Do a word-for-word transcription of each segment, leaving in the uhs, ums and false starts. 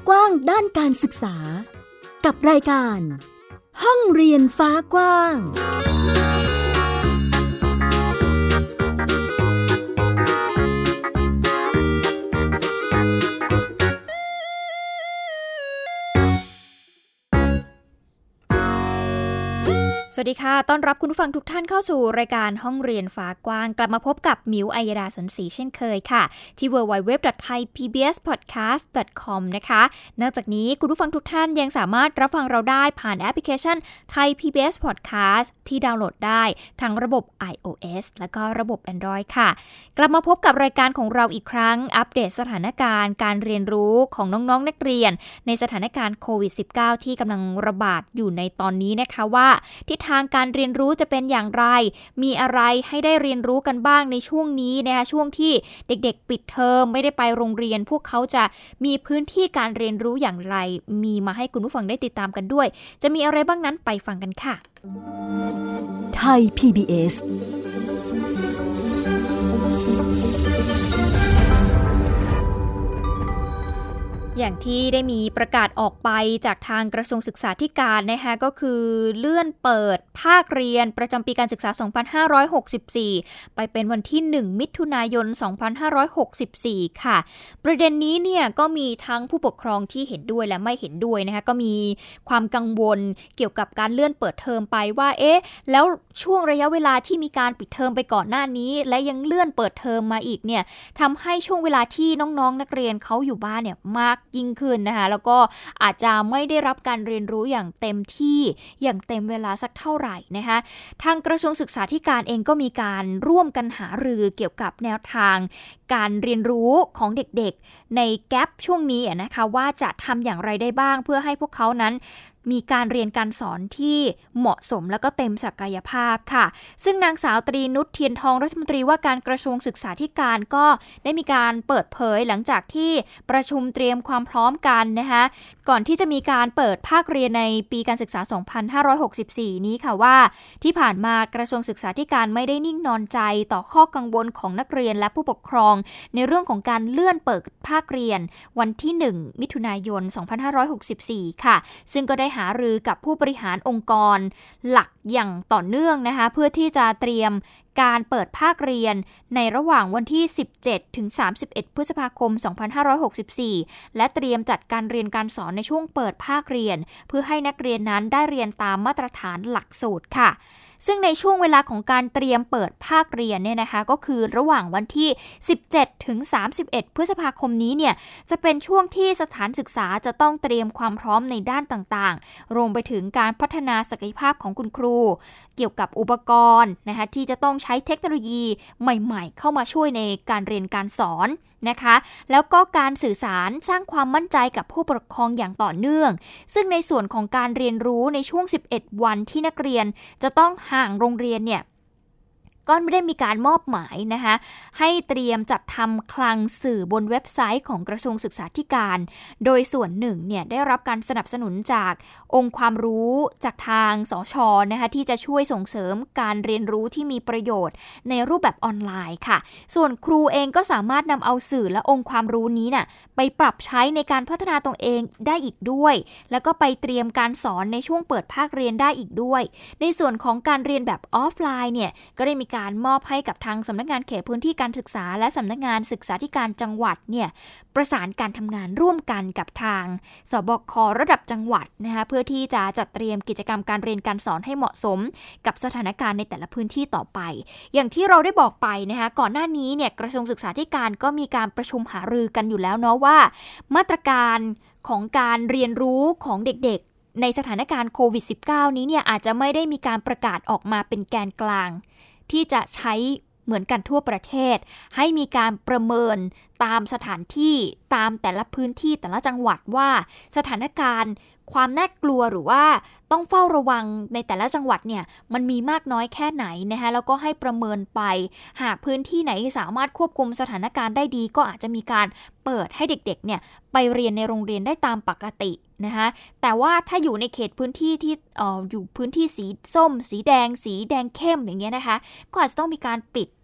กว้างด้านการศึกษากับรายการห้องเรียนฟ้ากว้างสวัสดีค่ะต้อนรับคุณผู้ฟังทุกท่านเข้าสู่รายการห้องเรียนฟ้ากว้างกลับมาพบกับมิวอัยดาสนศรีเช่นเคยค่ะที่ ดับเบิลยู ดับเบิลยู ดับเบิลยู ดอท ไทย พี บี เอส พอดแคสต์ ดอท คอม นะคะนอกจากนี้คุณผู้ฟังทุกท่านยังสามารถรับฟังเราได้ผ่านแอปพลิเคชัน Thai พี บี เอส Podcast ที่ดาวน์โหลดได้ทั้งระบบ iOS และก็ระบบ Android ค่ะกลับมาพบกับรายการของเราอีกครั้งอัปเดตสถานการณ์การเรียนรู้ของน้องๆนักเรียนในสถานการณ์โควิด สิบเก้า ที่กำลังระบาดอยู่ในตอนนี้นะคะว่าทิศทางการเรียนรู้จะเป็นอย่างไรมีอะไรให้ได้เรียนรู้กันบ้างในช่วงนี้นะคะช่วงที่เด็กๆปิดเทอมไม่ได้ไปโรงเรียนพวกเขาจะมีพื้นที่การเรียนรู้อย่างไรมีมาให้คุณผู้ฟังได้ติดตามกันด้วยจะมีอะไรบ้างนั้นไปฟังกันค่ะไทย พี บี เอสอย่างที่ได้มีประกาศออกไปจากทางกระทรวงศึกษาธิการนะคะก็คือเลื่อนเปิดภาคเรียนประจำปีการศึกษาสองพันห้าร้อยหกสิบสี่ไปเป็นวันที่หนึ่งมิถุนายนสองพันห้าร้อยหกสิบสี่ค่ะประเด็นนี้เนี่ยก็มีทั้งผู้ปกครองที่เห็นด้วยและไม่เห็นด้วยนะคะก็มีความกังวลเกี่ยวกับการเลื่อนเปิดเทอมไปว่าเอ๊ะแล้วช่วงระยะเวลาที่มีการปิดเทอมไปก่อนหน้านี้และยังเลื่อนเปิดเทอมมาอีกเนี่ยทำให้ช่วงเวลาที่น้องๆนักเรียนเขาอยู่บ้านเนี่ยมากยิ่งขึ้นนะคะแล้วก็อาจจะไม่ได้รับการเรียนรู้อย่างเต็มที่อย่างเต็มเวลาสักเท่าไหร่นะคะทางกระทรวงศึกษาธิการเองก็มีการร่วมกันหารือเกี่ยวกับแนวทางการเรียนรู้ของเด็กๆในแกปช่วงนี้นะคะว่าจะทำอย่างไรได้บ้างเพื่อให้พวกเขานั้นมีการเรียนการสอนที่เหมาะสมและก็เต็มศักยภาพค่ะซึ่งนางสาวตรีนุชเทียนทองรัฐมนตรีว่าการกระทรวงศึกษาธิการก็ได้มีการเปิดเผยหลังจากที่ประชุมเตรียมความพร้อมกันนะคะก่อนที่จะมีการเปิดภาคเรียนในปีการศึกษาสองพันห้าร้อยหกสิบสี่นี้ค่ะว่าที่ผ่านมากระทรวงศึกษาธิการไม่ได้นิ่งนอนใจต่อข้อกังวลของนักเรียนและผู้ปกครองในเรื่องของการเลื่อนเปิดภาคเรียนวันที่หนึ่งมิถุนายนสองพันห้าร้อยหกสิบสี่ค่ะซึ่งก็ได้หารือกับผู้บริหารองค์กรหลักอย่างต่อเนื่องนะคะเพื่อที่จะเตรียมการเปิดภาคเรียนในระหว่างวันที่สิบเจ็ดถึงสามสิบเอ็ดพฤษภาคมสองพันห้าร้อยหกสิบสี่และเตรียมจัดการเรียนการสอนในช่วงเปิดภาคเรียนเพื่อให้นักเรียนนั้นได้เรียนตามมาตรฐานหลักสูตรค่ะซึ่งในช่วงเวลาของการเตรียมเปิดภาคเรียนเนี่ยนะคะก็คือระหว่างวันที่สิบเจ็ดถึงสามสิบเอ็ดพฤษภาคมนี้เนี่ยจะเป็นช่วงที่สถานศึกษาจะต้องเตรียมความพร้อมในด้านต่างๆรวมไปถึงการพัฒนาศักยภาพของคุณครูเกี่ยวกับอุปกรณ์นะคะที่จะต้องใช้เทคโนโลยีใหม่ๆเข้ามาช่วยในการเรียนการสอนนะคะแล้วก็การสื่อสารสร้างความมั่นใจกับผู้ปกครองอย่างต่อเนื่องซึ่งในส่วนของการเรียนรู้ในช่วงสิบเอ็ดวันที่นักเรียนจะต้องห่างโรงเรียนเนี่ยก็ไม่ได้มีการมอบหมายนะคะให้เตรียมจัดทำคลังสื่อบนเว็บไซต์ของกระทรวงศึกษาธิการโดยส่วนหนึ่งเนี่ยได้รับการสนับสนุนจากองค์ความรู้จากทางสช.นะคะที่จะช่วยส่งเสริมการเรียนรู้ที่มีประโยชน์ในรูปแบบออนไลน์ค่ะส่วนครูเองก็สามารถนำเอาสื่อและองค์ความรู้นี้น่ะไปปรับใช้ในการพัฒนาตัวเองได้อีกด้วยแล้วก็ไปเตรียมการสอนในช่วงเปิดภาคเรียนได้อีกด้วยในส่วนของการเรียนแบบออฟไลน์เนี่ยก็ได้มีการมอบให้กับทางสำนักงานเขตพื้นที่การศึกษาและสำนักงานศึกษาธิการจังหวัดเนี่ยประสานการทำงานร่วมกันกับทางสบคระดับจังหวัดนะคะเพื่อที่จะจัดเตรียมกิจกรรมการเรียนการสอนให้เหมาะสมกับสถานการณ์ในแต่ละพื้นที่ต่อไปอย่างที่เราได้บอกไปนะคะก่อนหน้านี้เนี่ยกระทรวงศึกษาธิการก็มีการประชุมหารือกันอยู่แล้วเนาะว่ามาตรการของการเรียนรู้ของเด็กๆในสถานการณ์โควิด สิบเก้า นี้เนี่ยอาจจะไม่ได้มีการประกาศออกมาเป็นแกนกลางที่จะใช้เหมือนกันทั่วประเทศให้มีการประเมินตามสถานที่ตามแต่ละพื้นที่แต่ละจังหวัดว่าสถานการณ์ความน่ากลัวหรือว่าต้องเฝ้าระวังในแต่ละจังหวัดเนี่ยมันมีมากน้อยแค่ไหนนะคะแล้วก็ให้ประเมินไปหากพื้นที่ไหนสามารถควบคุมสถานการณ์ได้ดีก็อาจจะมีการเปิดให้เด็กๆเนี่ยไปเรียนในโรงเรียนได้ตามปกตินะคะแต่ว่าถ้าอยู่ในเขตพื้นที่ที่เอ่ออยู่พื้นที่สีส้มสีแดงสีแดงเข้มอย่างเงี้ยนะคะก็อาจจะต้องมีการปิด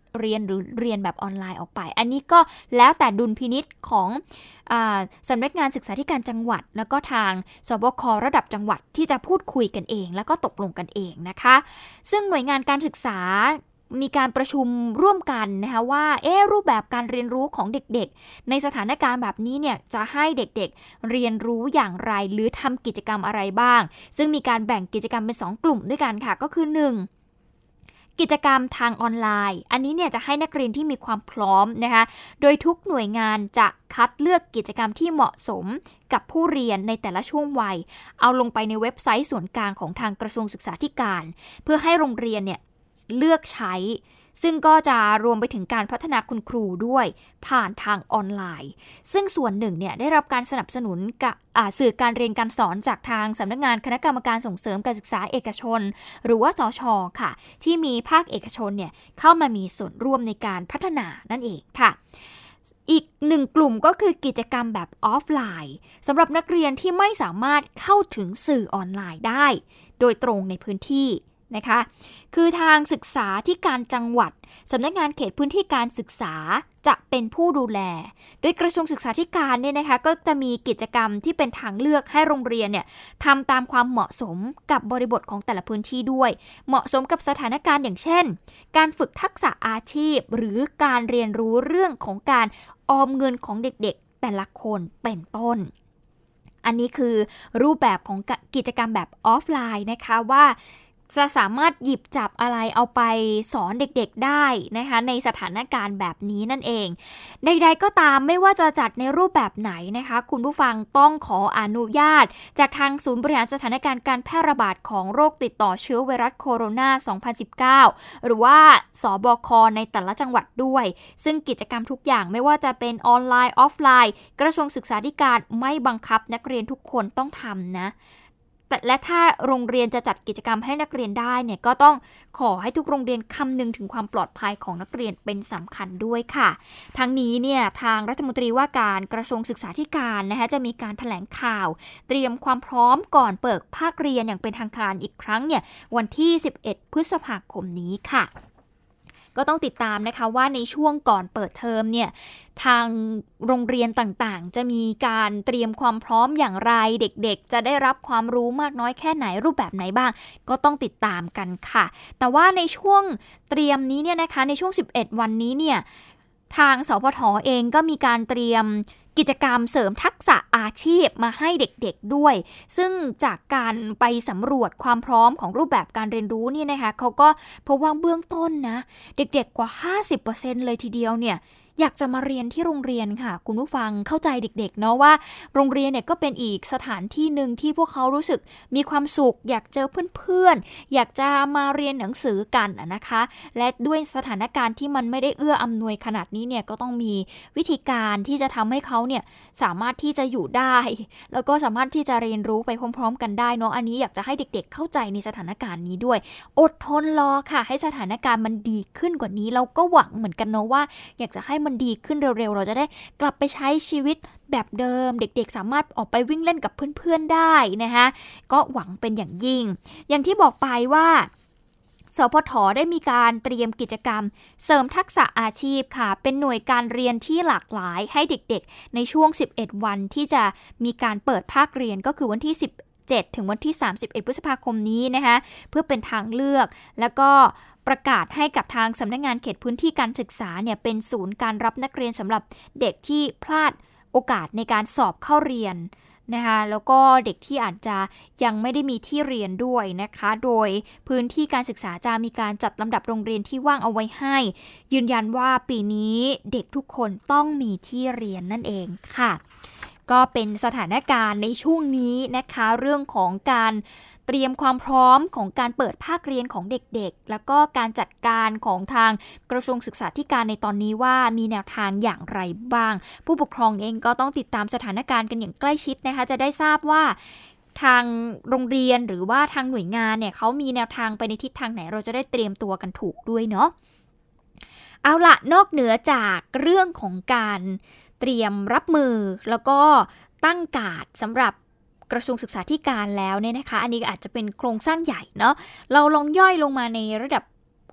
เรียนหรือเรียนแบบออนไลน์ออกไปอันนี้ก็แล้วแต่ดุลพินิจของอ่าสำนักงานศึกษาธิการจังหวัดแล้วก็ทางสบคระดับจังหวัดที่จะพูดคุยกันเองแล้วก็ตกลงกันเองนะคะซึ่งหน่วยงานการศึกษามีการประชุมร่วมกันนะคะว่าเอ๊ะรูปแบบการเรียนรู้ของเด็กๆในสถานการณ์แบบนี้เนี่ยจะให้เด็กๆเรียนรู้อย่างไรหรือทำกิจกรรมอะไรบ้างซึ่งมีการแบ่งกิจกรรมเป็นสองกลุ่มด้วยกันค่ะก็คือหนึ่งกิจกรรมทางออนไลน์อันนี้เนี่ยจะให้นักเรียนที่มีความพร้อมนะคะโดยทุกหน่วยงานจะคัดเลือกกิจกรรมที่เหมาะสมกับผู้เรียนในแต่ละช่วงวัยเอาลงไปในเว็บไซต์ส่วนกลางของทางกระทรวงศึกษาธิการเพื่อให้โรงเรียนเนี่ยเลือกใช้ซึ่งก็จะรวมไปถึงการพัฒนาคุณครูด้วยผ่านทางออนไลน์ซึ่งส่วนหนึ่งเนี่ยได้รับการสนับสนุนกับสื่อการเรียนการสอนจากทางสำนักงานคณะกรรมการส่งเสริมการศึกษาเอกชนหรือว่าสช.ค่ะที่มีภาคเอกชนเนี่ยเข้ามามีส่วนร่วมในการพัฒนานั่นเองค่ะอีกหนึ่งกลุ่มก็คือกิจกรรมแบบออฟไลน์สำหรับนักเรียนที่ไม่สามารถเข้าถึงสื่อออนไลน์ได้โดยตรงในพื้นที่นะคะคือทางศึกษาที่การจังหวัดสำนักงานเขตพื้นที่การศึกษาจะเป็นผู้ดูแลโดยกระทรวงศึกษาธิการเนี่ยนะคะก็จะมีกิจกรรมที่เป็นทางเลือกให้โรงเรียนเนี่ยทำตามความเหมาะสมกับบริบทของแต่ละพื้นที่ด้วยเหมาะสมกับสถานการณ์อย่างเช่นการฝึกทักษะอาชีพหรือการเรียนรู้เรื่องของการออมเงินของเด็กๆแต่ละคนเป็นต้นอันนี้คือรูปแบบของกิจกรรมแบบออฟไลน์นะคะว่าจะสามารถหยิบจับอะไรเอาไปสอนเด็กๆได้นะคะในสถานการณ์แบบนี้นั่นเองใดๆก็ตามไม่ว่าจะจัดในรูปแบบไหนนะคะคุณผู้ฟังต้องขออนุญาตจากทางศูนย์บริหารสถานการณ์การแพร่ระบาดของโรคติดต่อเชื้อไวรัสโคโรนา สองพันสิบเก้า หรือว่าสบคในแต่ละจังหวัดด้วยซึ่งกิจกรรมทุกอย่างไม่ว่าจะเป็นออนไลน์ออฟไลน์กระทรวงศึกษาธิการไม่บังคับนักเรียนทุกคนต้องทำนะแต่และถ้าโรงเรียนจะจัดกิจกรรมให้นักเรียนได้เนี่ยก็ต้องขอให้ทุกโรงเรียนคำนึงถึงความปลอดภัยของนักเรียนเป็นสำคัญด้วยค่ะทั้งนี้เนี่ยทางรัฐมนตรีว่าการกระทรวงศึกษาธิการนะคะจะมีการแถลงข่าวเตรียมความพร้อมก่อนเปิดภาคเรียนอย่างเป็นทางการอีกครั้งเนี่ยวันที่สิบเอ็ดพฤษภาคมนี้ค่ะก็ต้องติดตามนะคะว่าในช่วงก่อนเปิดเทอมเนี่ยทางโรงเรียนต่างๆจะมีการเตรียมความพร้อมอย่างไรเด็กๆจะได้รับความรู้มากน้อยแค่ไหนรูปแบบไหนบ้างก็ต้องติดตามกันค่ะแต่ว่าในช่วงเตรียมนี้เนี่ยนะคะในช่วงสิบเอ็ดวันนี้เนี่ยทางสพท.เองก็มีการเตรียมกิจกรรมเสริมทักษะอาชีพมาให้เด็กๆด้วยซึ่งจากการไปสำรวจความพร้อมของรูปแบบการเรียนรู้เนี่ยนะคะเขาก็พบว่าเบื้องต้นนะเด็กๆกว่า ห้าสิบเปอร์เซ็นต์ เลยทีเดียวเนี่ยอยากจะมาเรียนที่โรงเรียนค่ะคุณผู้ฟังเข้าใจเด็กๆเนาะว่าโรงเรียนเนี่ยก็เป็นอีกสถานที่หนึ่งที่พวกเขารู้สึกมีความสุขอยากเจอเพื่อนๆอยากจะมาเรียนหนังสือกันนะคะและด้วยสถานการณ์ที่มันไม่ได้เอื้ออำนวยขนาดนี้เนี่ยก็ต้องมีวิธีการที่จะทำให้เขาเนี่ยสามารถที่จะอยู่ได้แล้วก็สามารถที่จะเรียนรู้ไปพร้อมๆกันได้เนาะอันนี้อยากจะให้เด็กๆเข้าใจในสถานการณ์นี้ด้วยอดทนรอค่ะให้สถานการณ์มันดีขึ้นกว่านี้เราก็หวังเหมือนกันเนาะว่าอยากจะให้มันดีขึ้นเร็วๆเราจะได้กลับไปใช้ชีวิตแบบเดิมเด็กๆสามารถออกไปวิ่งเล่นกับเพื่อนๆได้นะคะก็หวังเป็นอย่างยิ่งอย่างที่บอกไปว่าสพท.ได้มีการเตรียมกิจกรรมเสริมทักษะอาชีพค่ะเป็นหน่วยการเรียนที่หลากหลายให้เด็กๆในช่วงสิบเอ็ดวันที่จะมีการเปิดภาคเรียนก็คือวันที่สิบเจ็ดถึงวันที่สามสิบเอ็ดพฤษภาคมนี้นะคะเพื่อเป็นทางเลือกแล้วก็ประกาศให้กับทางสำนักงานเขตพื้นที่การศึกษาเนี่ยเป็นศูนย์การรับนักเรียนสำหรับเด็กที่พลาดโอกาสในการสอบเข้าเรียนนะคะแล้วก็เด็กที่อาจจะยังไม่ได้มีที่เรียนด้วยนะคะโดยพื้นที่การศึกษาจะมีการจัดลำดับโรงเรียนที่ว่างเอาไว้ให้ยืนยันว่าปีนี้เด็กทุกคนต้องมีที่เรียนนั่นเองค่ะก็เป็นสถานการณ์ในช่วงนี้นะคะเรื่องของการเตรียมความพร้อมของการเปิดภาคเรียนของเด็กๆแล้วก็การจัดการของทางกระทรวงศึกษาธิการในตอนนี้ว่ามีแนวทางอย่างไรบ้างผู้ปกครองเองก็ต้องติดตามสถานการณ์กันอย่างใกล้ชิดนะคะจะได้ทราบว่าทางโรงเรียนหรือว่าทางหน่วยงานเนี่ยเขามีแนวทางไปในทิศทางไหนเราจะได้เตรียมตัวกันถูกด้วยเนาะเอาละนอกเหนือจากเรื่องของการเตรียมรับมือแล้วก็ตั้งการ์ดสำหรับกระทรวงศึกษาธิการแล้วเนี่ยนะคะอันนี้อาจจะเป็นโครงสร้างใหญ่เนาะเราลองย่อยลงมาในระดับ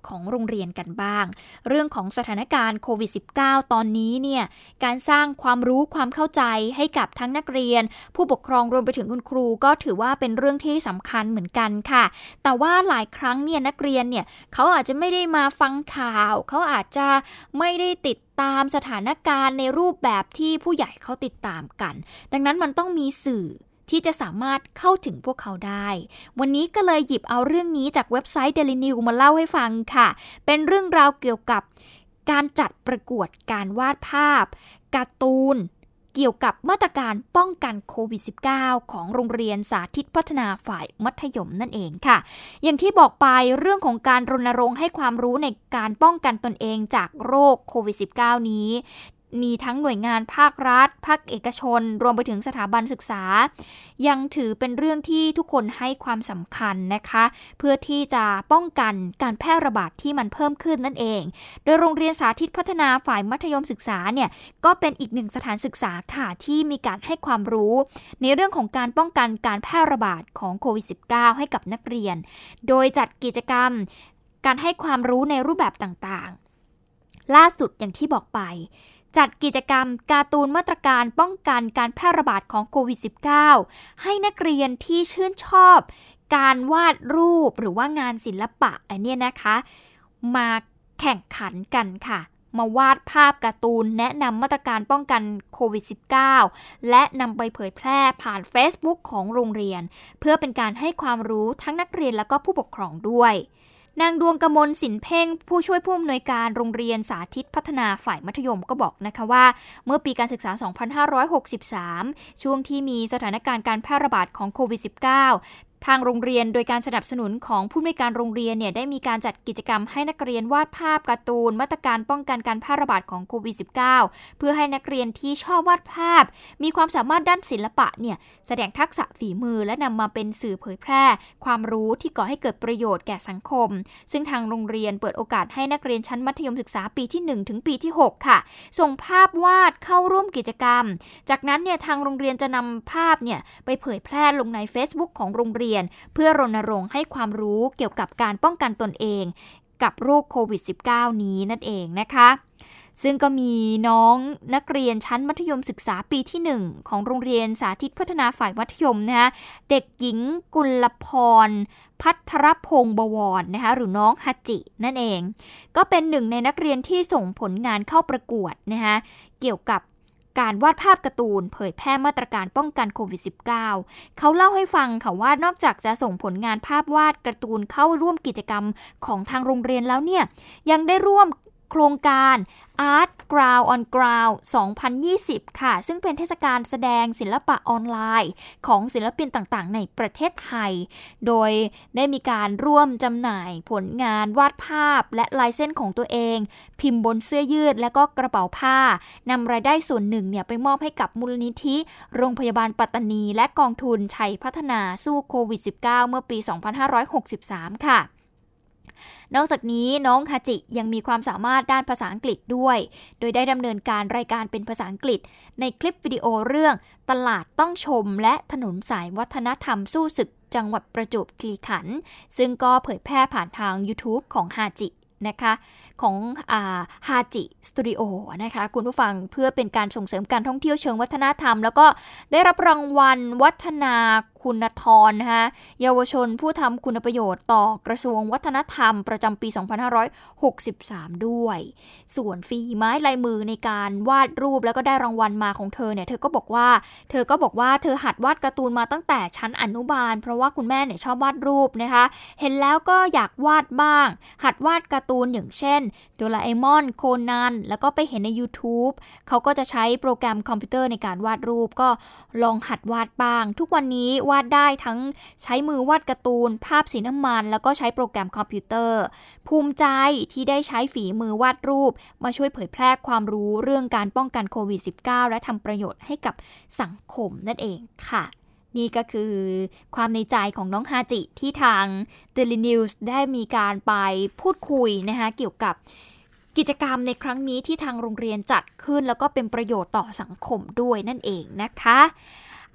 ของโรงเรียนกันบ้างเรื่องของสถานการณ์โควิด สิบเก้า ตอนนี้เนี่ยการสร้างความรู้ความเข้าใจให้กับทั้งนักเรียนผู้ปกครองรวมไปถึงคุณครูก็ถือว่าเป็นเรื่องที่สำคัญเหมือนกันค่ะแต่ว่าหลายครั้งเนี่ยนักเรียนเนี่ยเขาอาจจะไม่ได้มาฟังข่าวเขาอาจจะไม่ได้ติดตามสถานการณ์ในรูปแบบที่ผู้ใหญ่เขาติดตามกันดังนั้นมันต้องมีสื่อที่จะสามารถเข้าถึงพวกเขาได้วันนี้ก็เลยหยิบเอาเรื่องนี้จากเว็บไซต์ Daily News มาเล่าให้ฟังค่ะเป็นเรื่องราวเกี่ยวกับการจัดประกวดการวาดภาพการ์ตูนเกี่ยวกับมาตรการป้องกันโควิด สิบเก้า ของโรงเรียนสาธิตพัฒนาฝ่ายมัธยมนั่นเองค่ะอย่างที่บอกไปเรื่องของการรณรงค์ให้ความรู้ในการป้องกันตนเองจากโรคโควิด สิบเก้า นี้มีทั้งหน่วยงานภาครัฐภาคเอกชนรวมไปถึงสถาบันศึกษายังถือเป็นเรื่องที่ทุกคนให้ความสำคัญนะคะเพื่อที่จะป้องกันการแพร่ระบาดที่มันเพิ่มขึ้นนั่นเองโดยโรงเรียนสาธิตพัฒนาฝ่ายมัธยมศึกษาเนี่ยก็เป็นอีกหนึ่งสถานศึกษาค่ะที่มีการให้ความรู้ในเรื่องของการป้องกันการแพร่ระบาดของโควิด สิบเก้า ให้กับนักเรียนโดยจัดกิจกรรมการให้ความรู้ในรูปแบบต่างๆล่าสุดอย่างที่บอกไปจัดกิจกรรมการ์ตูนมาตรการป้องกันการแพร่ระบาดของโควิด สิบเก้า ให้นักเรียนที่ชื่นชอบการวาดรูปหรือว่างานศิลปะอันนี้นะคะมาแข่งขันกันค่ะมาวาดภาพการ์ตูนแนะนำมาตรการป้องกันโควิด สิบเก้า และนำไปเผยแพร่ผ่าน Facebook ของโรงเรียนเพื่อเป็นการให้ความรู้ทั้งนักเรียนและก็ผู้ปกครองด้วยนางดวงกมลสินเพ่งผู้ช่วยผู้อำนวยการโรงเรียนสาธิตพัฒนาฝ่ายมัธยมก็บอกนะคะว่าเมื่อปีการศึกษา สองพันห้าร้อยหกสิบสาม ช่วงที่มีสถานการณ์การแพร่ระบาดของโควิด สิบเก้า ทางโรงเรียนโดยการสนับสนุนของผู้อำนวยการโรงเรียนเนี่ยได้มีการจัดกิจกรรมให้นักเรียนวาดภาพการ์ตูนมาตรการป้องกันการแพร่ระบาดของโควิด สิบเก้า เพื่อให้นักเรียนที่ชอบวาดภาพมีความสามารถด้านศิลปะเนี่ยแสดงทักษะฝีมือและนำมาเป็นสื่อเผยแพร่ความรู้ที่ก่อให้เกิดประโยชน์แก่สังคมซึ่งทางโรงเรียนเปิดโอกาสให้นักเรียนชั้นมัธยมศึกษาปีที่หนึ่งถึงปีที่หกค่ะส่งภาพวาดเข้าร่วมกิจกรรมจากนั้นเนี่ยทางโรงเรียนจะนำภาพเนี่ยไปเผยแพร่ลงใน Facebook ของโรงเรียนเพื่อรณรงค์ให้ความรู้เกี่ยวกับการป้องกันตนเองกับโรคโควิด สิบเก้า นี้นั่นเองนะคะซึ่งก็มีน้องนักเรียนชั้นมัธยมศึกษาปีที่หนึ่งของโรงเรียนสาธิตพัฒนาฝ่ายมัธยมนะคะเด็กหญิงกุลพรภัทรพงษ์บวรนะคะหรือน้องฮัจจินั่นเองก็เป็นหนึ่งในนักเรียนที่ส่งผลงานเข้าประกวดนะคะเกี่ยวกับการวาดภาพการ์ตูนเผยแพร่มาตรการป้องกันโควิด สิบเก้า เขาเล่าให้ฟังค่ะว่านอกจากจะส่งผลงานภาพวาดการ์ตูนเข้าร่วมกิจกรรมของทางโรงเรียนแล้วเนี่ยยังได้ร่วมโครงการ Art Ground on Ground สองพันยี่สิบ ค่ะซึ่งเป็นเทศกาลแสดงศิลปะออนไลน์ของศิลปินต่างๆในประเทศไทยโดยได้มีการร่วมจำหน่ายผลงานวาดภาพและลายเส้นของตัวเองพิมพ์บนเสื้อยืดและก็กระเป๋าผ้านำรายได้ส่วนหนึ่งเนี่ยไปมอบให้กับมูลนิธิโรงพยาบาลปัตตานีและกองทุนชัยพัฒนาสู้โควิด สิบเก้า เมื่อปี สองพันห้าร้อยหกสิบสาม ค่ะนอกจากนี้น้องฮาจิยังมีความสามารถด้านภาษาอังกฤษด้วยโดยได้ดำเนินการรายการเป็นภาษาอังกฤษในคลิปวิดีโอเรื่องตลาดต้องชมและถนนสายวัฒนธรรมสู้ศึกจังหวัดประจวบคีรีขันธ์ซึ่งก็เผยแพร่ผ่านทาง YouTube ของฮาจินะคะของอ่าฮาจิสตูดิโอนะคะคุณผู้ฟังเพื่อเป็นการส่งเสริมการท่องเที่ยวเชิงวัฒนธรรมแล้วก็ได้รับรางวัลวัฒนาคุณธรนะคะเยาวชนผู้ทำคุณประโยชน์ต่อกระทรวงวัฒนธรรมประจำปี สองพันห้าร้อยหกสิบสาม ด้วยส่วนฝีไม้ลายมือในการวาดรูปแล้วก็ได้รางวัลมาของเธอเนี่ยเธอก็บอกว่าเธอก็บอกว่าเธอหัดวาดการ์ตูนมาตั้งแต่ชั้นอนุบาลเพราะว่าคุณแม่เนี่ยชอบวาดรูปนะคะเห็นแล้วก็อยากวาดบ้างหัดวาดการ์ตูนอย่างเช่นโดราเอมอนโคนันแล้วก็ไปเห็นใน YouTube เขาก็จะใช้โปรแกรมคอมพิวเตอร์ในการวาดรูปก็ลองหัดวาดบ้างทุกวันนี้วาดได้ทั้งใช้มือวาดการ์ตูนภาพสีน้ำมันแล้วก็ใช้โปรแกรมคอมพิวเตอร์ภูมิใจที่ได้ใช้ฝีมือวาดรูปมาช่วยเผยแพร่ความรู้เรื่องการป้องกันโควิด สิบเก้า และทำประโยชน์ให้กับสังคมนั่นเองค่ะนี่ก็คือความในใจของน้องฮาจิที่ทาง Daily News ได้มีการไปพูดคุยนะคะเกี่ยวกับกิจกรรมในครั้งนี้ที่ทางโรงเรียนจัดขึ้นแล้วก็เป็นประโยชน์ต่อสังคมด้วยนั่นเองนะคะ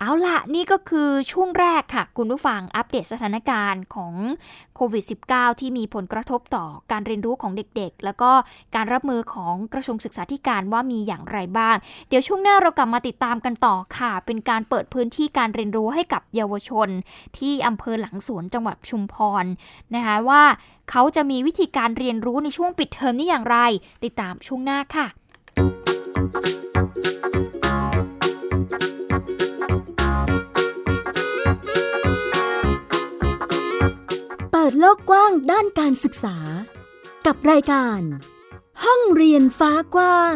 เอาล่ะนี่ก็คือช่วงแรกค่ะคุณผู้ฟังอัปเดตสถานการณ์ของโควิด สิบเก้า ที่มีผลกระทบต่อการเรียนรู้ของเด็กๆแล้วก็การรับมือของกระทรวงศึกษาธิการว่ามีอย่างไรบ้างเดี๋ยวช่วงหน้าเรากลับมาติดตามกันต่อค่ะเป็นการเปิดพื้นที่การเรียนรู้ให้กับเยาวชนที่อำเภอหลังสวนจังหวัดชุมพรนะคะว่าเขาจะมีวิธีการเรียนรู้ในช่วงปิดเทอมนี้อย่างไรติดตามช่วงหน้าค่ะเปิดโลกกว้างด้านการศึกษากับรายการห้องเรียนฟ้ากว้าง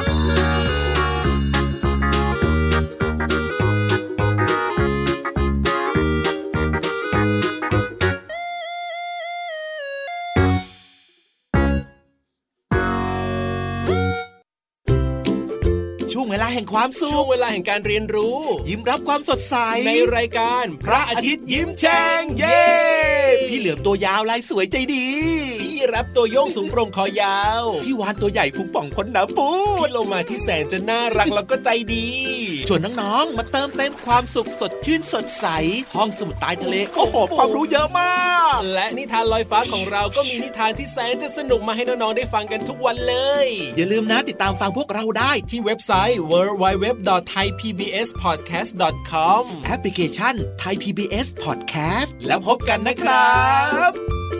ช่วงเวลาแห่งความสุขช่วงเวลาแห่งการเรียนรู้ยิ้มรับความสดใสในรายการพระอาทิตย์ยิ้มแฉ่งเย้พี่เหลือมตัวยาวลายสวยใจดีพี่รับตัวโยงสูงโปร่งคอยาวพี่วานตัวใหญ่พุงป่องพ้นน้ำปูพี่โลมาที่แสนจะน่ารักแล้วก็ใจดีชวนน้องๆมาเติมเต็มความสุขสดชื่นสดใสห้องสมุดใต้ทะเลโอ้โหความรู้เยอะมากและนิทานลอยฟ้าของเราก็มีนิทานที่แสนจะสนุกมาให้น้องๆได้ฟังกันทุกวันเลยอย่าลืมนะติดตามฟังพวกเราได้ที่เว็บไซต์ ดับเบิลยู ดับเบิลยู ดับเบิลยู ดอท ไทย พี บี เอส พอดแคสต์ ดอท คอม แอปพลิเคชัน Thai พี บี เอส Podcast แล้วพบกันนะครับ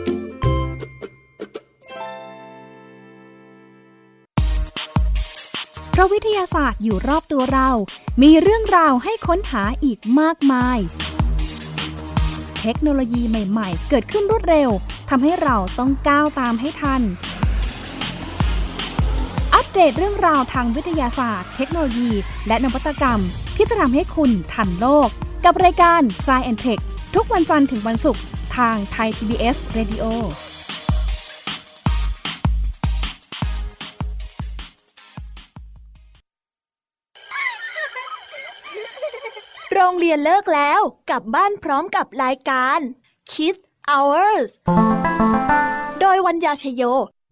เพราะวิทยาศาสตร์อยู่รอบตัวเรามีเรื่องราวให้ค้นหาอีกมากมายเทคโนโลยีใหม่ๆเกิดขึ้นรวดเร็วทำให้เราต้องก้าวตามให้ทันอัปเดตเรื่องราวทางวิทยาศาสตร์เทคโนโลยีและนวัตกรรมที่จะทำให้คุณทันโลกกับรายการ Science แอนด์ Tech ทุกวันจันทร์ถึงวันศุกร์ทาง Thai พี บี เอส Radio โรงเรียนเลิกแล้วกลับบ้านพร้อมกับรายการ Kids Hours โดยวัญญาชโย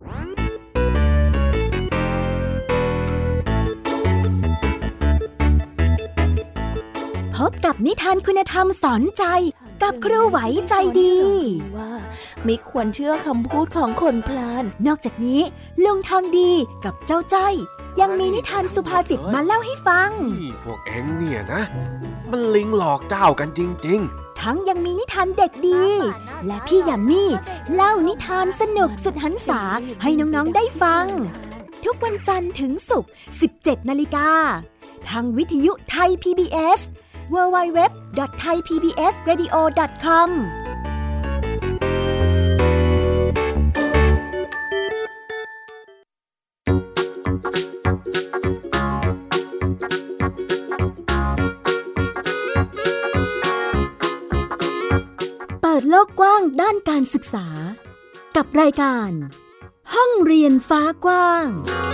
พบกับนิทานคุณธรรมสอนใจกับครูไหวใจดีว่าไม่ควรเชื่อคำพูดของคนพลานนอกจากนี้ลุงทองดีกับเจ้าจ้อยยังมีนิทานสุภาษิตมาเล่าให้ฟังนี่พวกเอ็งเนี่ยนะมันลิงหลอกเจ้ากันจริงๆทั้งยังมีนิทานเด็กดีและพี่ยามีเล่านิทานสนุกสุดหรรษาให้น้องๆได้ฟังทุกวันจันทร์ถึงศุกร์ สิบเจ็ดนาฬิกาทางวิทยุไทย พี บี เอส ดับเบิลยู ดับเบิลยู ดับเบิลยู ดอท ไทย พี บี เอส เรดิโอ ดอท คอม เปิดโลกกว้างด้านการศึกษากับรายการห้องเรียนฟ้ากว้าง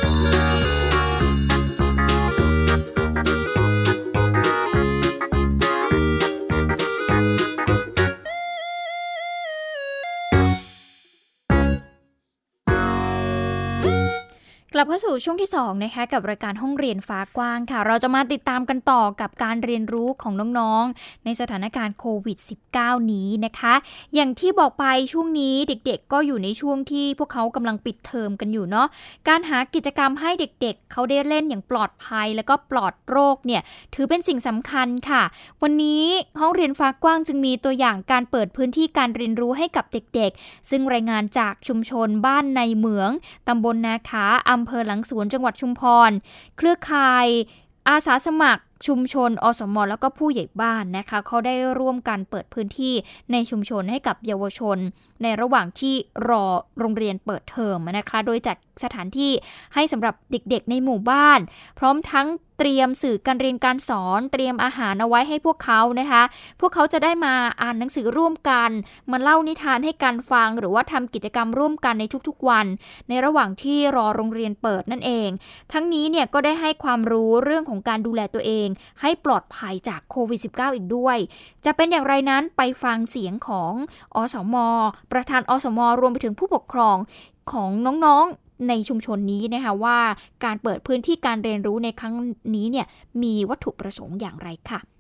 กลับเข้าสู่ช่วงที่สองนะคะกับรายการห้องเรียนฟ้ากว้างค่ะเราจะมาติดตามกันต่อกับการเรียนรู้ของน้องๆในสถานการณ์โควิด สิบเก้า นี้นะคะอย่างที่บอกไปช่วงนี้เด็กๆก็อยู่ในช่วงที่พวกเขากำลังปิดเทอมกันอยู่เนาะการหากิจกรรมให้เด็กๆเขาได้เล่นอย่างปลอดภัยแล้วก็ปลอดโรคเนี่ยถือเป็นสิ่งสำคัญค่ะวันนี้ห้องเรียนฟ้ากว้างจึงมีตัวอย่างการเปิดพื้นที่การเรียนรู้ให้กับเด็กๆซึ่งรายงานจากชุมชนบ้านในเหมืองตำบลนาขาอำเภอหลังสวนจังหวัดชุมพรเครือข่ายอาสาสมัครชุมชนอสม.แล้วก็ผู้ใหญ่บ้านนะคะเขาได้ร่วมกันเปิดพื้นที่ในชุมชนให้กับเยาวชนในระหว่างที่รอโรงเรียนเปิดเทอมนะคะโดยจัดสถานที่ให้สำหรับเด็กๆในหมู่บ้านพร้อมทั้งเตรียมสื่อการเรียนการสอนเตรียมอาหารเอาไว้ให้พวกเขานะคะพวกเขาจะได้มาอ่านหนังสือร่วมกันมาเล่านิทานให้กันฟังหรือว่าทำกิจกรรมร่วมกันในทุกๆวันในระหว่างที่รอโรงเรียนเปิดนั่นเองทั้งนี้เนี่ยก็ได้ให้ความรู้เรื่องของการดูแลตัวเองให้ปลอดภัยจากโควิด สิบเก้า อีกด้วยจะเป็นอย่างไรนั้นไปฟังเสียงของอสม.ประธานอสม.รวมไปถึงผู้ปกครองของน้องๆในชุมชนนี้นะคะว่าการเปิดพื้นที่การเรียนรู้ในครั้งนี้เนี่ยมีวัตถุประสงค์อย่างไรค่ะ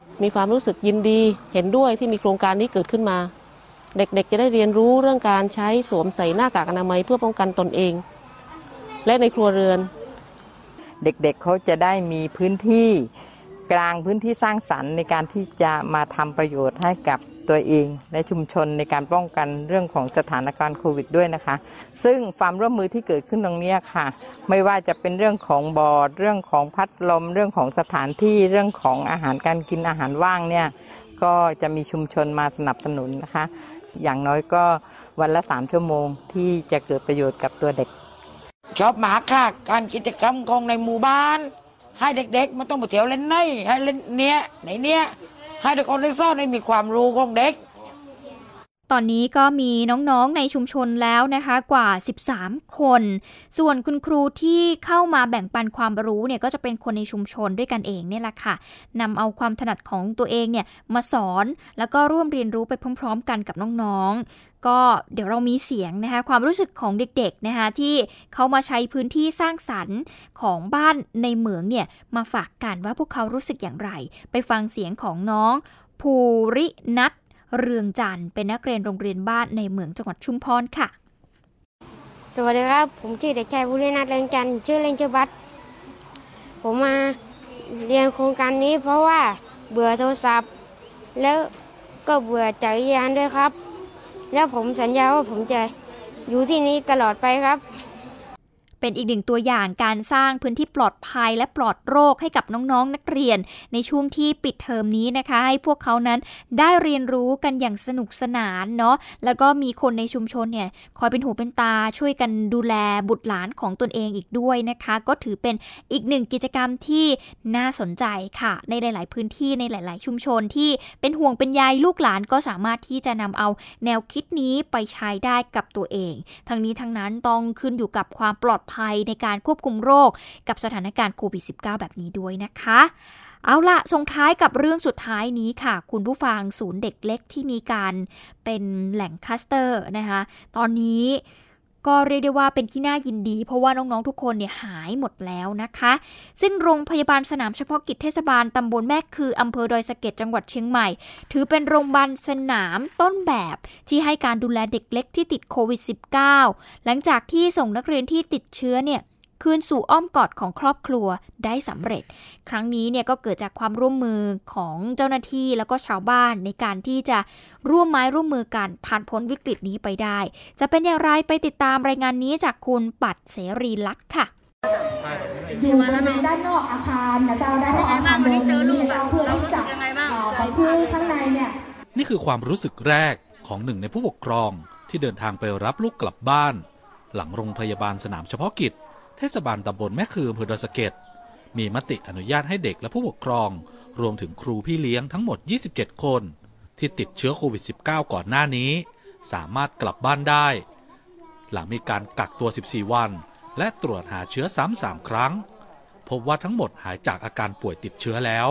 มีความรู้สึกยินดีเห็นด้วยที่มีโครงการนี้เกิดขึ้นมาเด็กๆจะได้เรียนรู้เรื่องการใช้สวมใส่หน้ากากอนามัยเพื่อป้องกันตนเองและในครัวเรือนเด็กๆ เ, เขาจะได้มีพื้นที่กลางพื้นที่สร้างสรรค์ในการที่จะมาทำประโยชน์ให้กับตัวเองและชุมชนในการป้องกันเรื่องของสถานการณ์โควิดด้วยนะคะซึ่งความร่วมมือที่เกิดขึ้นตรงนี้ค่ะไม่ว่าจะเป็นเรื่องของบอร์ดเรื่องของพัดลมเรื่องของสถานที่เรื่องของอาหารการกินอาหารว่างเนี่ยก็จะมีชุมชนมาสนับสนุนนะคะอย่างน้อยก็วันละสามชั่วโมงที่จะเกิดประโยชน์กับตัวเด็กชอบมากค่ะการกิจกรรมของในหมู่บ้านให้เด็กๆมันต้องไปเที่ยวเล่นในให้เล่นเนี้ยไหนเนี้ยให้เด็กคนได้ซ่อนได้มีความรู้ของเด็กตอนนี้ก็มีน้องๆในชุมชนแล้วนะคะกว่าสิบสามคนส่วนคุณครูที่เข้ามาแบ่งปันความรู้เนี่ยก็จะเป็นคนในชุมชนด้วยกันเองเนี่ยแหละค่ะนำเอาความถนัดของตัวเองเนี่ยมาสอนแล้วก็ร่วมเรียนรู้ไปพร้อมๆกันกับน้องๆก็เดี๋ยวเรามีเสียงนะคะความรู้สึกของเด็กๆนะคะที่เขามาใช้พื้นที่สร้างสรรค์ของบ้านในเหมืองเนี่ยมาฝากกันว่าพวกเขารู้สึกอย่างไรไปฟังเสียงของน้องภูรินัทเรืองจันทร์เป็นนักเรียนโรงเรียนบ้านในเมืองจังหวัดชุมพรค่ะสวัสดีครับผมชื่อเด็กชายภูรินัทเรืองจันทร์ชื่อเล่นชื่อบัสผมมาเรียนโครงการนี้เพราะว่าเบื่อโทรศัพท์แล้วก็เบื่อจักรยานด้วยครับแล้วผมสัญญาว่าผมจะอยู่ที่นี้ตลอดไปครับเป็นอีกหนึ่งตัวอย่างการสร้างพื้นที่ปลอดภัยและปลอดโรคให้กับน้องๆนักเรียนในช่วงที่ปิดเทอมนี้นะคะให้พวกเขานั้นได้เรียนรู้กันอย่างสนุกสนานเนาะแล้วก็มีคนในชุมชนเนี่ยคอยเป็นหูเป็นตาช่วยกันดูแลบุตรหลานของตนเองอีกด้วยนะคะก็ถือเป็นอีกหนึ่งกิจกรรมที่น่าสนใจค่ะในหลายๆพื้นที่ในหลายๆชุมชนที่เป็นห่วงเป็นใยลูกหลานก็สามารถที่จะนำเอาแนวคิดนี้ไปใช้ได้กับตัวเองทั้งนี้ทั้งนั้นต้องขึ้นอยู่กับความปลอดภัยในการควบคุมโรคกับสถานการณ์โควิด สิบเก้า แบบนี้ด้วยนะคะเอาล่ะส่งท้ายกับเรื่องสุดท้ายนี้ค่ะคุณผู้ฟังศูนย์เด็กเล็กที่มีการเป็นแหล่งคลัสเตอร์นะคะตอนนี้ก็เรียกได้ว่าเป็นที่น่ายินดีเพราะว่าน้องๆทุกคนเนี่ยหายหมดแล้วนะคะซึ่งโรงพยาบาลสนามเฉพาะกิจเทศบาลตำบลแม่คืออำเภอดอยสะเก็ดจังหวัดเชียงใหม่ถือเป็นโรงพยาบาลสนามต้นแบบที่ให้การดูแลเด็กเล็กที่ติดโควิด สิบเก้า หลังจากที่ส่งนักเรียนที่ติดเชื้อเนี่ยคืนสู่อ้อมกอดของครอบครัวได้สำเร็จครั้งนี้เนี่ยก็เกิดจากความร่วมมือของเจ้าหน้าที่แล้วก็ชาวบ้านในการที่จะร่วมไม้ร่วมมือกันผ่านพ้นวิกฤตนี้ไปได้จะเป็นอย่างไรไปติดตามรายงานนี้จากคุณปัดเสรีลักษณ์ค่ะอยู่บริเวณด้านนอกอาคารนะเจ้าด้านนอกอาคารโดมนี้นะเจ้าเพื่อที่จะไปเพื่อข้างในเนี่ยนี่คือความรู้สึกแรกของหนึ่งในผู้ปกครองที่เดินทางไปรับลูกกลับบ้านหลังโรงพยาบาลสนามเฉพาะกิจเทศบาลตำบลแม่คืออำเภอดอยสะเก็ดมีมติอนุญาตให้เด็กและผู้ปกครองรวมถึงครูพี่เลี้ยงทั้งหมดยี่สิบเจ็ดคนที่ติดเชื้อโควิด สิบเก้า ก่อนหน้านี้สามารถกลับบ้านได้หลังมีการกักตัวสิบสี่วันและตรวจหาเชื้อซ้ำสามครั้งพบว่าทั้งหมดหายจากอาการป่วยติดเชื้อแล้ว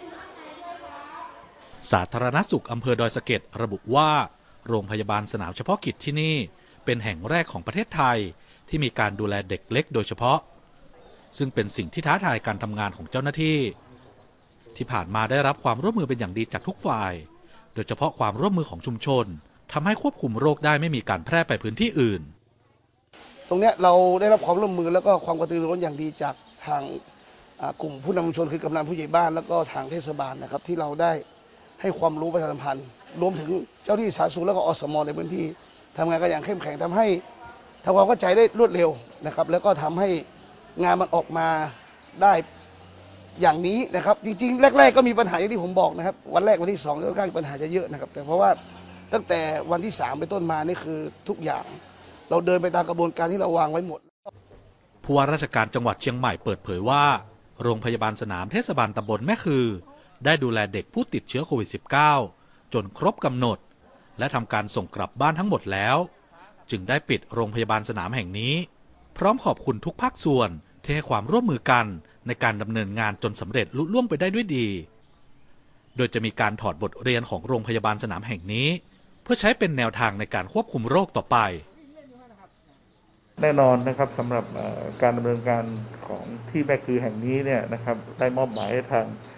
สาธารณสุขอำเภอดอยสะเก็ดระบุว่าโรงพยาบาลสนามเฉพาะกิจที่นี่เป็นแห่งแรกของประเทศไทยที่มีการดูแลเด็กเล็กโดยเฉพาะซึ่งเป็นสิ่งที่ท้าทายการทำงานของเจ้าหน้าที่ที่ผ่านมาได้รับความร่วมมือเป็นอย่างดีจากทุกฝ่ายโดยเฉพาะความร่วมมือของชุมชนทำให้ควบคุมโรคได้ไม่มีการแพร่ไปพื้นที่อื่นตรงนี้เราได้รับความร่วมมือแล้วก็ความกระตือรือร้นอย่างดีจากทางกลุ่มผู้นำชุมชนคือกำนันผู้ใหญ่บ้านแล้วก็ทางเทศบาลนะครับที่เราได้ให้ความรู้ประชาสัมพันธ์รวมถึงเจ้าที่สาธารณสุขแล้วก็อสม.ในพื้นที่ทำงานกันอย่างเข้มแข็งทำให้ทำความเข้าใจได้รวดเร็วนะครับแล้วก็ทำให้งานมันออกมาได้อย่างนี้นะครับจริงๆแรกๆก็มีปัญหาอย่างที่ผมบอกนะครับวันแรกวันที่สองค่อนข้างปัญหาจะเยอะนะครับแต่เพราะว่าตั้งแต่วันที่สามไปต้นมานี่คือทุกอย่างเราเดินไปตามกระบวนการที่เราวางไว้หมดผู้ว่าราชการจังหวัดเชียงใหม่เปิดเผยว่าโรงพยาบาลสนามเทศบาลตำบลแม่คือได้ดูแลเด็กผู้ติดเชื้อโควิด สิบเก้า จนครบกำหนดและทำการส่งกลับบ้านทั้งหมดแล้วจึงได้ปิดโรงพยาบาลสนามแห่งนี้พร้อมขอบคุณทุกภาคส่วนที่ให้ความร่วมมือกันในการดำเนินงานจนสำเร็จลุล่วงไปได้ด้วยดีโดยจะมีการถอดบทเรียนของโรงพยาบาลสนามแห่งนี้เพื่อใช้เป็นแนวทางในการควบคุมโรคต่อไปแน่นอนนะครับสำหรับการดำเนินการของที่แม่คือแห่งนี้เนี่ยนะครับได้มอบหมายให้ทาง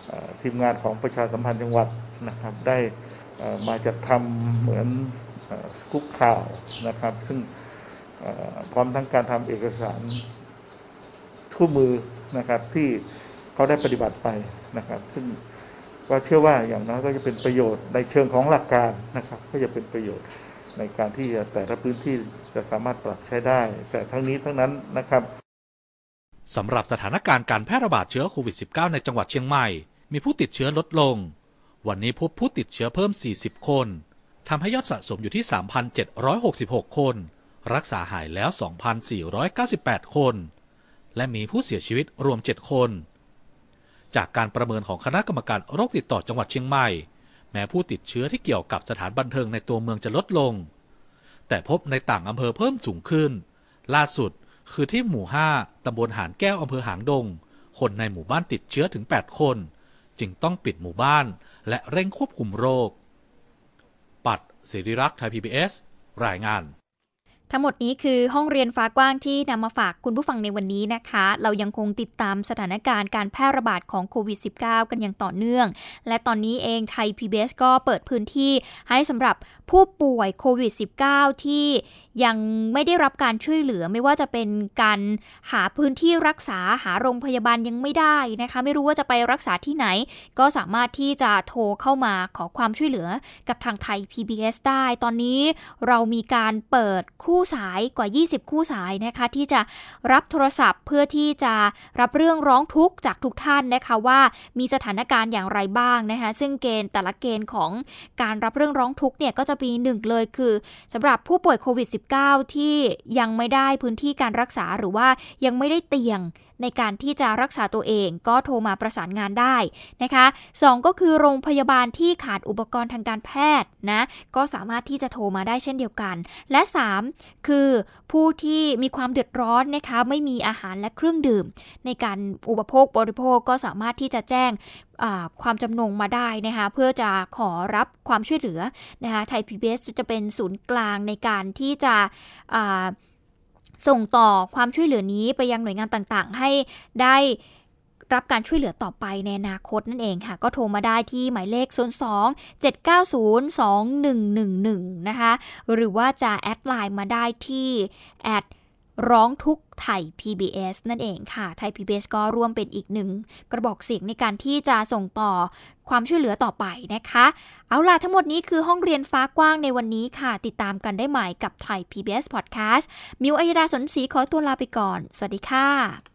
ทีมงานของประชาสัมพันธ์จังหวัดนะครับได้มาจัดทำเหมือนสกู๊ปข่าวนะครับซึ่งพร้อมทั้งการทำเอกสารคู่มือนะครับที่เขาได้ปฏิบัติไปนะครับซึ่งก็เชื่อว่าอย่างน้อยก็จะเป็นประโยชน์ในเชิงของหลักการนะครับก็จะเป็นประโยชน์ในการที่แต่ละพื้นที่จะสามารถปรับใช้ได้แต่ทั้งนี้ทั้งนั้นนะครับสำหรับสถานการณ์การแพร่ระบาดเชื้อโควิด สิบเก้า ในจังหวัดเชียงใหม่มีผู้ติดเชื้อลดลงวันนี้พบผู้ติดเชื้อเพิ่มสี่สิบคนทำให้ยอดสะสมอยู่ที่ สามพันเจ็ดร้อยหกสิบหก คนรักษาหายแล้ว สองพันสี่ร้อยเก้าสิบแปด คนและมีผู้เสียชีวิตรวมเจ็ดคนจากการประเมินของคณะกรรมการโรคติดต่อจังหวัดเชียงใหม่แม้ผู้ติดเชื้อที่เกี่ยวกับสถานบันเทิงในตัวเมืองจะลดลงแต่พบในต่างอำเภอเพิ่มสูงขึ้นล่าสุดคือที่หมู่ห้าตำบลหานแก้วอำเภอหางดงคนในหมู่บ้านติดเชื้อถึงแปดคนจึงต้องปิดหมู่บ้านและเร่งควบคุมโรคปัดศิริรักษ์ไทย พี บี เอส รายงานทั้งหมดนี้คือห้องเรียนฟ้ากว้างที่นำมาฝากคุณผู้ฟังในวันนี้นะคะเรายังคงติดตามสถานการณ์การแพร่ระบาดของโควิด สิบเก้า กันอย่างต่อเนื่องและตอนนี้เองไทย พี บี เอส ก็เปิดพื้นที่ให้สำหรับผู้ป่วยโควิด สิบเก้า ที่ยังไม่ได้รับการช่วยเหลือไม่ว่าจะเป็นการหาพื้นที่รักษาหาโรงพยาบาลยังไม่ได้นะคะไม่รู้ว่าจะไปรักษาที่ไหนก็สามารถที่จะโทรเข้ามาขอความช่วยเหลือกับทางไทย พี บี เอส ได้ตอนนี้เรามีการเปิดคู่สายกว่ายี่สิบคู่สายนะคะที่จะรับโทรศัพท์เพื่อที่จะรับเรื่องร้องทุกข์จากทุกท่านนะคะว่ามีสถานการณ์อย่างไรบ้างนะคะซึ่งเกณฑ์แต่ละเกณฑ์ของการรับเรื่องร้องทุกข์เนี่ยก็จะมีหนึ่งเลยคือสำหรับผู้ป่วยโควิด สิบเก้า ที่ยังไม่ได้พื้นที่การรักษาหรือว่ายังไม่ได้เตียงในการที่จะรักษาตัวเองก็โทรมาประสานงานได้นะคะสองก็คือโรงพยาบาลที่ขาดอุปกรณ์ทางการแพทย์นะก็สามารถที่จะโทรมาได้เช่นเดียวกันและสามคือผู้ที่มีความเดือดร้อนนะคะไม่มีอาหารและเครื่องดื่มในการอุปโภคบริโภคก็สามารถที่จะแจ้งความจำนงมาได้นะคะเพื่อจะขอรับความช่วยเหลือนะคะไทย พี บี เอส จะเป็นศูนย์กลางในการที่จะส่งต่อความช่วยเหลือนี้ไปยังหน่วยงานต่างๆให้ได้รับการช่วยเหลือต่อไปในอนาคตนั่นเองค่ะก็โทรมาได้ที่หมายเลขศูนย์ สอง เจ็ด เก้า ศูนย์ สอง หนึ่ง หนึ่ง หนึ่งนะคะหรือว่าจะแอดไลน์มาได้ที่แอดร้องทุกข์ไทย พี บี เอส นั่นเองค่ะไทย พี บี เอส ก็ร่วมเป็นอีกหนึ่งกระบอกเสียงในการที่จะส่งต่อความช่วยเหลือต่อไปนะคะเอาล่ะทั้งหมดนี้คือห้องเรียนฟ้ากว้างในวันนี้ค่ะติดตามกันได้ใหม่กับไทย พี บี เอส Podcast มิวอัยดาสนศรีขอตัวลาไปก่อนสวัสดีค่ะ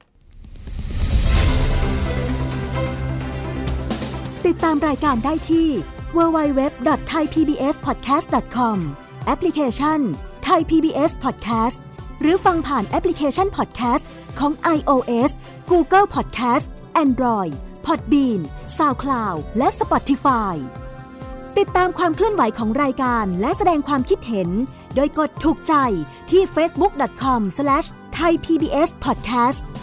ติดตามรายการได้ที่ ดับเบิลยู ดับเบิลยู ดับเบิลยู ดอท ไทย พี บี เอส พอดแคสต์ ดอท คอม แอปพลิเคชัน Thai พี บี เอส Podcast หรือฟังผ่านแอปพลิเคชัน Podcast ของ iOS Google Podcast Android Podbean SoundCloud และ Spotify ติดตามความเคลื่อนไหวของรายการและแสดงความคิดเห็นโดยกดถูกใจที่ เฟซบุ๊ก ดอท คอม สแลช ไทย พี บี เอส พอดแคสต์